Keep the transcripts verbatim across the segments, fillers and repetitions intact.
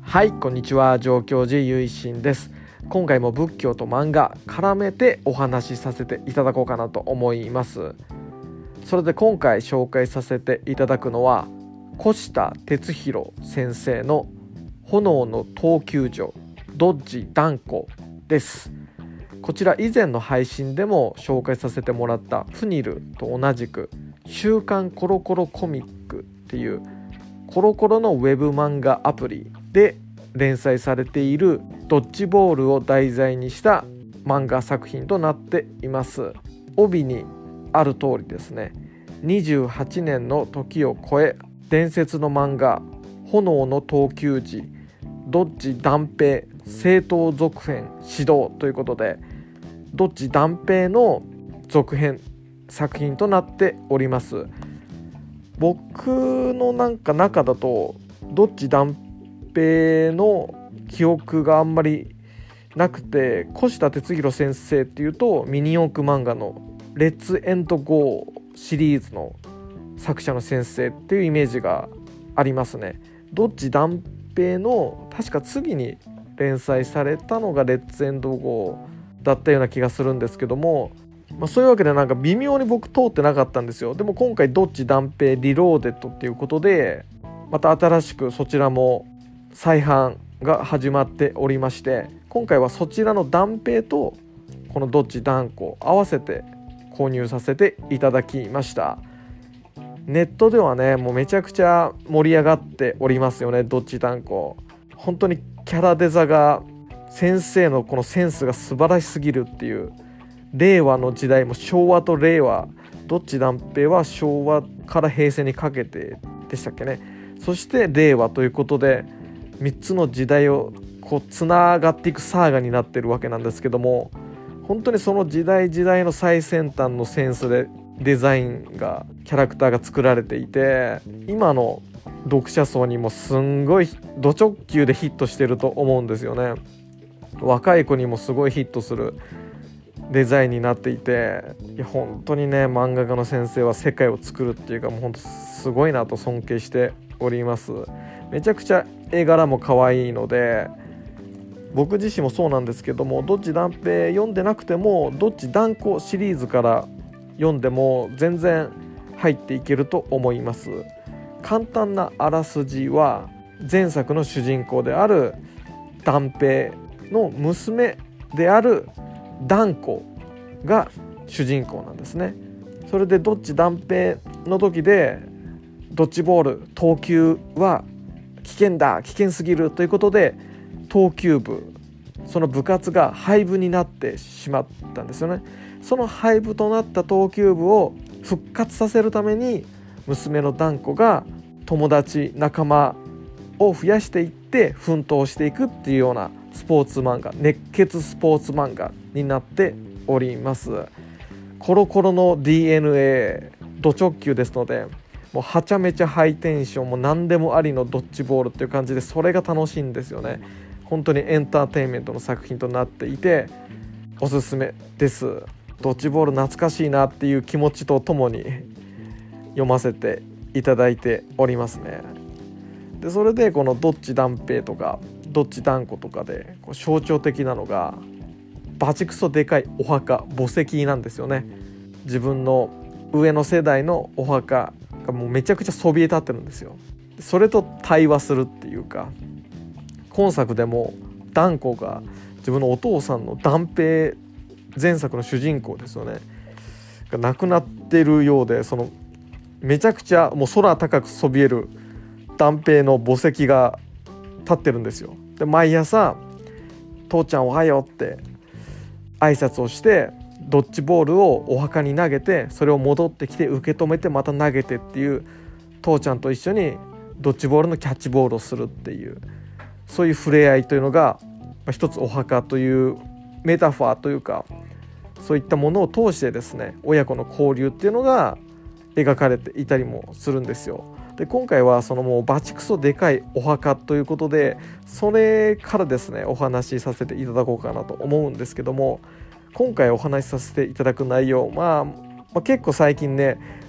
はい、こんにちは。上京寺ゆいしんです。今回も仏教と漫画絡めてお話しさせていただこうかなと思います。それで今回紹介させていただくのは越田哲弘先生の炎の闘球場ドッジ断固です。こちら以前の配信でも紹介させてもらったフニルと同じく週刊コロコロコミックっていうコロコロのウェブ漫画アプリで連載されているドッジボールを題材にした漫画作品となっています。帯にある通りですね、にじゅうはちねんの時を超え伝説の漫画炎の闘球時ドッジ断平正統続編始動ということで、ドッジ断平の続編作品となっております。僕のなんか中だとドッジ断平の記憶があんまりなくて、越田哲弘先生っていうとミニ四駆漫画のレッツエンドゴーシリーズの作者の先生っていうイメージがありますね。ドッジ断平の確か次に連載されたのがレッツエンドゴーだったような気がするんですけども、まあ、そういうわけでなんか微妙に僕通ってなかったんですよ。でも今回ドッジ断平リローデッドっていうことでまた新しくそちらも再販が始まっておりまして、今回はそちらの断平とこのドッジ断固合わせて購入させていただきました。ネットではねもうめちゃくちゃ盛り上がっておりますよね。ドッジ断固本当にキャラデザが先生のこのセンスが素晴らしすぎるっていう、令和の時代も昭和と令和、ドッジ断平は昭和から平成にかけてでしたっけね、そして令和ということでみっつの時代をこうつながっていくサーガになってるわけなんですけども、本当にその時代時代の最先端のセンスでデザインがキャラクターが作られていて、今の読者層にもすんごいド直球でヒットしてると思うんですよね。若い子にもすごいヒットするデザインになっていて、いや本当にね漫画家の先生は世界を作るっていうかもう本当すごいなと尊敬しております。めちゃくちゃ絵柄も可愛いので、僕自身もそうなんですけども、ドッジ断平読んでなくてもドッジ断固シリーズから読んでも全然入っていけると思います。簡単なあらすじは前作の主人公である断平の娘である断固が主人公なんですね。それでドッジ断平の時でドッジボール投球は危険だ危険すぎるということで投球部、その部活が廃部になってしまったんですよね。その廃部となった投球部を復活させるために娘の断固が友達仲間を増やしていって奮闘していくっていうようなスポーツ漫画、熱血スポーツ漫画になっております。コロコロの ディーエヌエー ド直球ですので、もうはちゃめちゃハイテンションも何でもありのドッジボールっていう感じで、それが楽しいんですよね。本当にエンターテインメントの作品となっていておすすめです。ドッジボール懐かしいなっていう気持ちとともに読ませていただいておりますね。でそれでこのドッジ断平とかドッジ断固とかでこう象徴的なのがバチクソでかいお墓墓石なんですよね。自分の上の世代のお墓がもうめちゃくちゃそびえ立ってるんですよ。それと対話するっていうか、今作でも断固が自分のお父さんの断平、前作の主人公ですよねが亡くなってるようで、そのめちゃくちゃもう空高くそびえる断平の墓石が立ってるんですよ。で毎朝父ちゃんおはようって挨拶をしてドッジボールをお墓に投げて、それを戻ってきて受け止めてまた投げてっていう、父ちゃんと一緒にドッジボールのキャッチボールをするっていう、そういう触れ合いというのが一つお墓というメタファーというか、そういったものを通してですね親子の交流っていうのが描かれていたりもするんですよ。で今回はそのもうバチクソでかいお墓ということで、それからですねお話しさせていただこうかなと思うんですけども、今回お話しさせていただく内容、まあ、まあ結構最近ね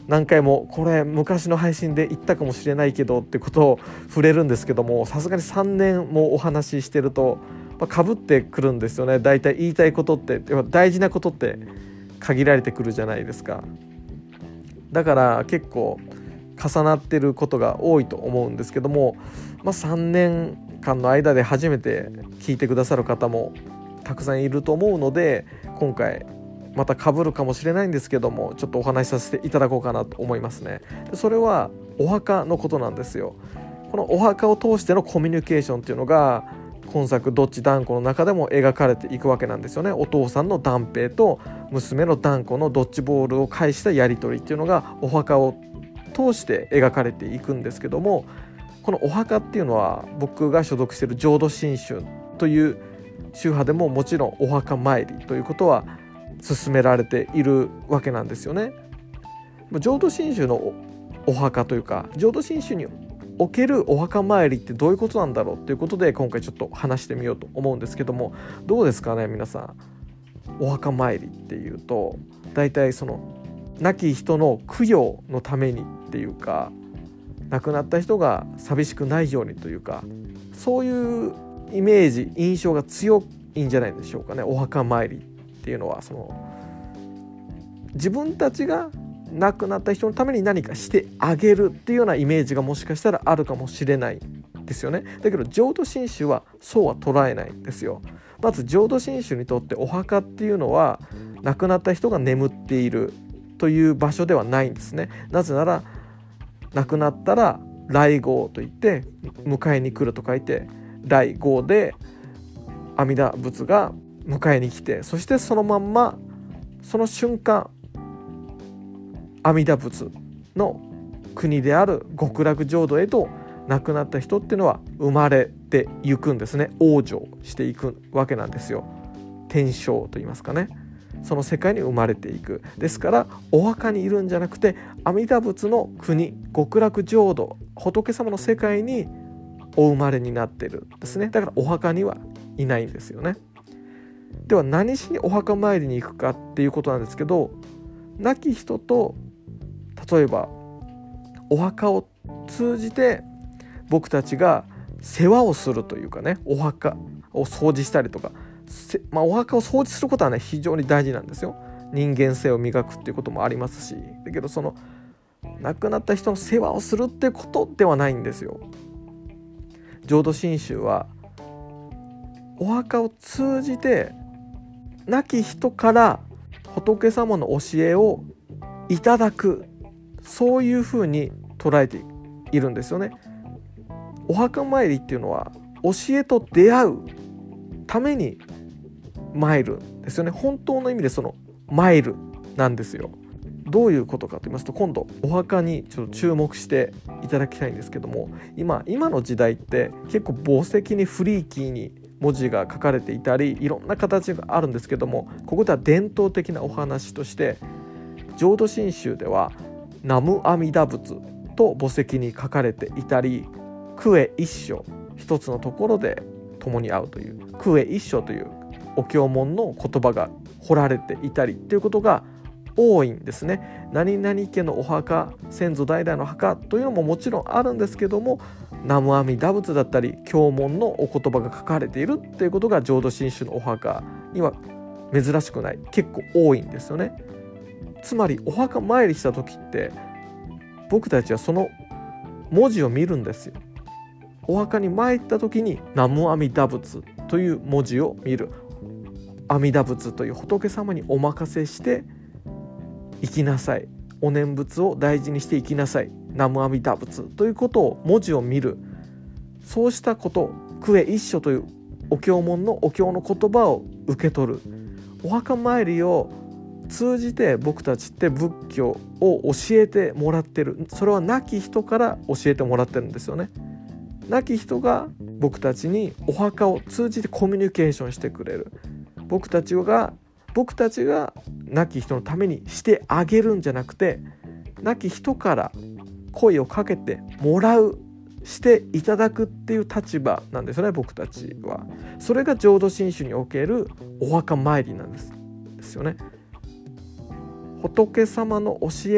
何回もこれ昔の配信で言ったかもしれないけどってことを触れるんですけども、さすがにさんねんもお話ししてるとかぶってくるんですよね。だいたい言いたいことって大事なことって限られてくるじゃないですか。だから結構重なってることが多いと思うんですけども、まあ、さんねんかんの間で初めて聞いてくださる方もたくさんいると思うので、今回また被るかもしれないんですけども、ちょっとお話しさせていただこうかなと思いますね。それはお墓のことなんですよ。このお墓を通してのコミュニケーションっていうのが今作どっち断固の中でも描かれていくわけなんですよね。お父さんの断平と娘の断固のドッジボールを返したやり取りっていうのがお墓を通して描かれていくんですけども、このお墓っていうのは僕が所属している浄土真宗という宗派でももちろんお墓参りということは進められているわけなんですよね。浄土真宗のお墓というか浄土真宗におけるお墓参りってどういうことなんだろうということで今回ちょっと話してみようと思うんですけども、どうですかね皆さん。お墓参りっていうとだいたいその亡き人の供養のためにっていうか、亡くなった人が寂しくないようにというか、そういうイメージ印象が強いんじゃないでしょうかね。お墓参りっていうのはその自分たちが亡くなった人のために何かしてあげるっていうようなイメージがもしかしたらあるかもしれないですよね。だけど浄土真宗はそうは捉えないんですよ。まず浄土真宗にとってお墓っていうのは亡くなった人が眠っているという場所ではないんですね。なぜなら亡くなったら来迎といって迎えに来ると書いて来迎で阿弥陀仏が迎えに来て、そしてそのまんまその瞬間阿弥陀仏の国である極楽浄土へと亡くなった人っていうのは生まれていくんですね。往生していくわけなんですよ。天正と言いますかね、その世界に生まれていく。ですからお墓にいるんじゃなくて阿弥陀仏の国極楽浄土仏様の世界にお生まれになっているんですね。だからお墓にはいないんですよね。では何しにお墓参りに行くかっていうことなんですけど、亡き人と例えばお墓を通じて僕たちが世話をするというかね、お墓を掃除したりとか、まあ、お墓を掃除することはね非常に大事なんですよ。人間性を磨くっていうこともありますし、だけどその亡くなった人の世話をするっていうことではないんですよ。浄土真宗はお墓を通じて亡き人から仏様の教えをいただく、そういうふうに捉えているんですよね。お墓参りっていうのは教えと出会うために参るんですよね。本当の意味でその参るなんですよ。どういうことかと言いますと、今度お墓にちょっと注目していただきたいんですけども、今今の時代って結構墓石にフリーキーに文字が書かれていたりいろんな形があるんですけども、ここでは伝統的なお話として浄土真宗では南無阿弥陀仏と墓石に書かれていたり、クエ一所一つのところで共に会うというクエ一所というお経文の言葉が彫られていたりということが多いんですね。何々家のお墓、先祖代々の墓というのももちろんあるんですけども、南無阿弥陀仏だったり経文のお言葉が書かれているっていうことが浄土真宗のお墓には珍しくない、結構多いんですよね。つまりお墓参りした時って僕たちはその文字を見るんですよ。お墓に参った時に南無阿弥陀仏という文字を見る。阿弥陀仏という仏様にお任せして生きなさい、お念仏を大事にして生きなさい、南無阿弥陀仏ということを文字を見る。そうしたこと、クエ一所というお経文のお経の言葉を受け取る。お墓参りを通じて僕たちって仏教を教えてもらってる。それは亡き人から教えてもらってるんですよね。亡き人が僕たちにお墓を通じてコミュニケーションしてくれる。僕たちが僕たちが亡き人のためにしてあげるんじゃなくて、亡き人から声をかけてもらう、していただくっていう立場なんですよね、僕たちは。それが浄土真宗におけるお墓参りなんですですよね。仏様の教えを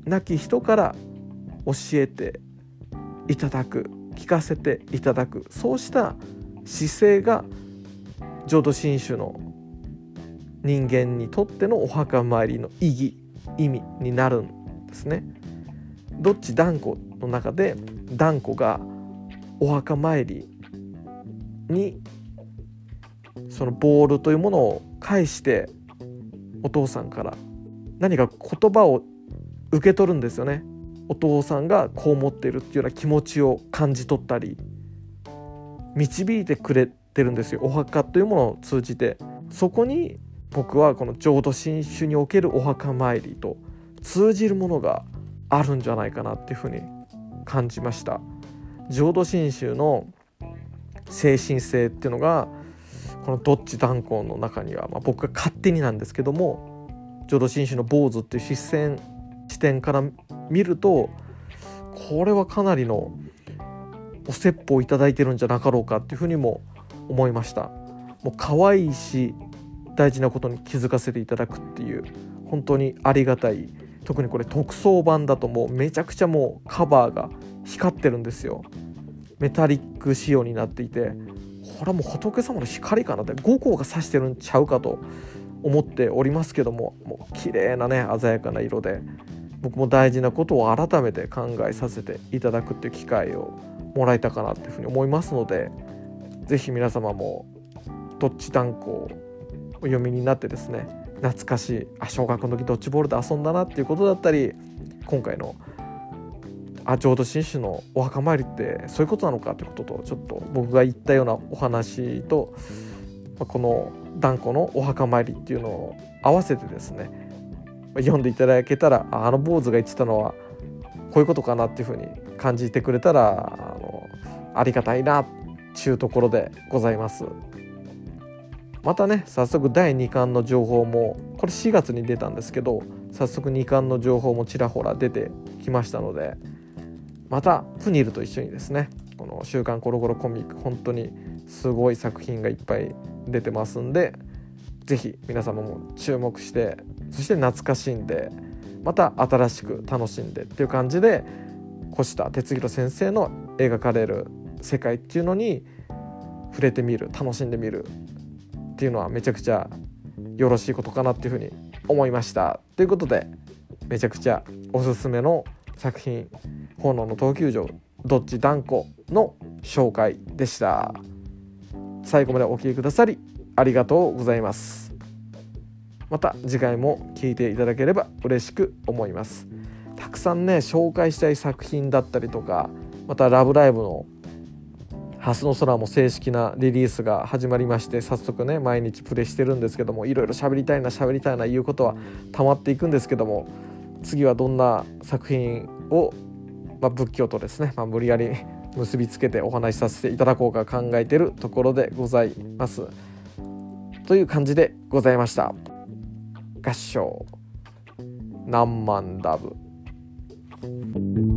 亡き人から教えていただく、聞かせていただく、そうした姿勢が浄土真宗の人間にとってのお墓参りの意義意味になるんですね。どっち断固の中で断固がお墓参りにそのボールというものを返してお父さんから何か言葉を受け取るんですよね。お父さんがこう思っているっていうような気持ちを感じ取ったり導いてくれてるんですよ、お墓というものを通じて。そこに僕はこの浄土真宗におけるお墓参りと通じるものがあるんじゃないかなっていうふうに感じました。浄土真宗の精神性っていうのがこのどっち断固の中には、まあ、僕が勝手になんですけども浄土真宗の坊主っていう視線視点から見るとこれはかなりのお説法をいただいてるんじゃなかろうかっていうふうにも思いました。もう可愛いし大事なことに気づかせていただくっていう本当にありがたい。特にこれ特装版だともうめちゃくちゃもうカバーが光ってるんですよ。メタリック仕様になっていてこれはもう仏様の光かなって五光が差してるんちゃうかと思っておりますけども、もう綺麗なね鮮やかな色で僕も大事なことを改めて考えさせていただくっていう機会をもらえたかなっていうふうに思いますので、ぜひ皆様もどっち断固をお読みになってですね、懐かしいあ小学校の時ドッジボールで遊んだなっていうことだったり、今回のあ浄土真宗のお墓参りってそういうことなのかということと、ちょっと僕が言ったようなお話とこの断固のお墓参りっていうのを合わせてですね読んでいただけたら、あの坊主が言ってたのはこういうことかなっていうふうに感じてくれたら あのありがたいなっていうところでございます。またね早速だいにかんの情報もこれしがつに出たんですけど、早速にかんの情報もちらほら出てきましたので、またプニルと一緒にですねこの週刊コロコロコミック本当にすごい作品がいっぱい出てますんで、ぜひ皆様も注目して、そして懐かしんでまた新しく楽しんでっていう感じで越田哲弘先生の描かれる世界っていうのに触れてみる、楽しんでみるっていうのはめちゃくちゃよろしいことかなっていうふうに思いました。ということでめちゃくちゃおすすめの作品炎の闘球場どっち断固の紹介でした。最後までお聞きくださりありがとうございます。また次回も聞いていただければ嬉しく思います。たくさんね紹介したい作品だったりとか、またラブライブのハスの空も正式なリリースが始まりまして、早速ね毎日プレイしてるんですけども、いろいろ喋りたいな喋りたいな言うことは溜まっていくんですけども、次はどんな作品を、まあ、仏教とですね、まあ、無理やり結びつけてお話しさせていただこうか考えているところでございますという感じでございました。合唱何万ダブ。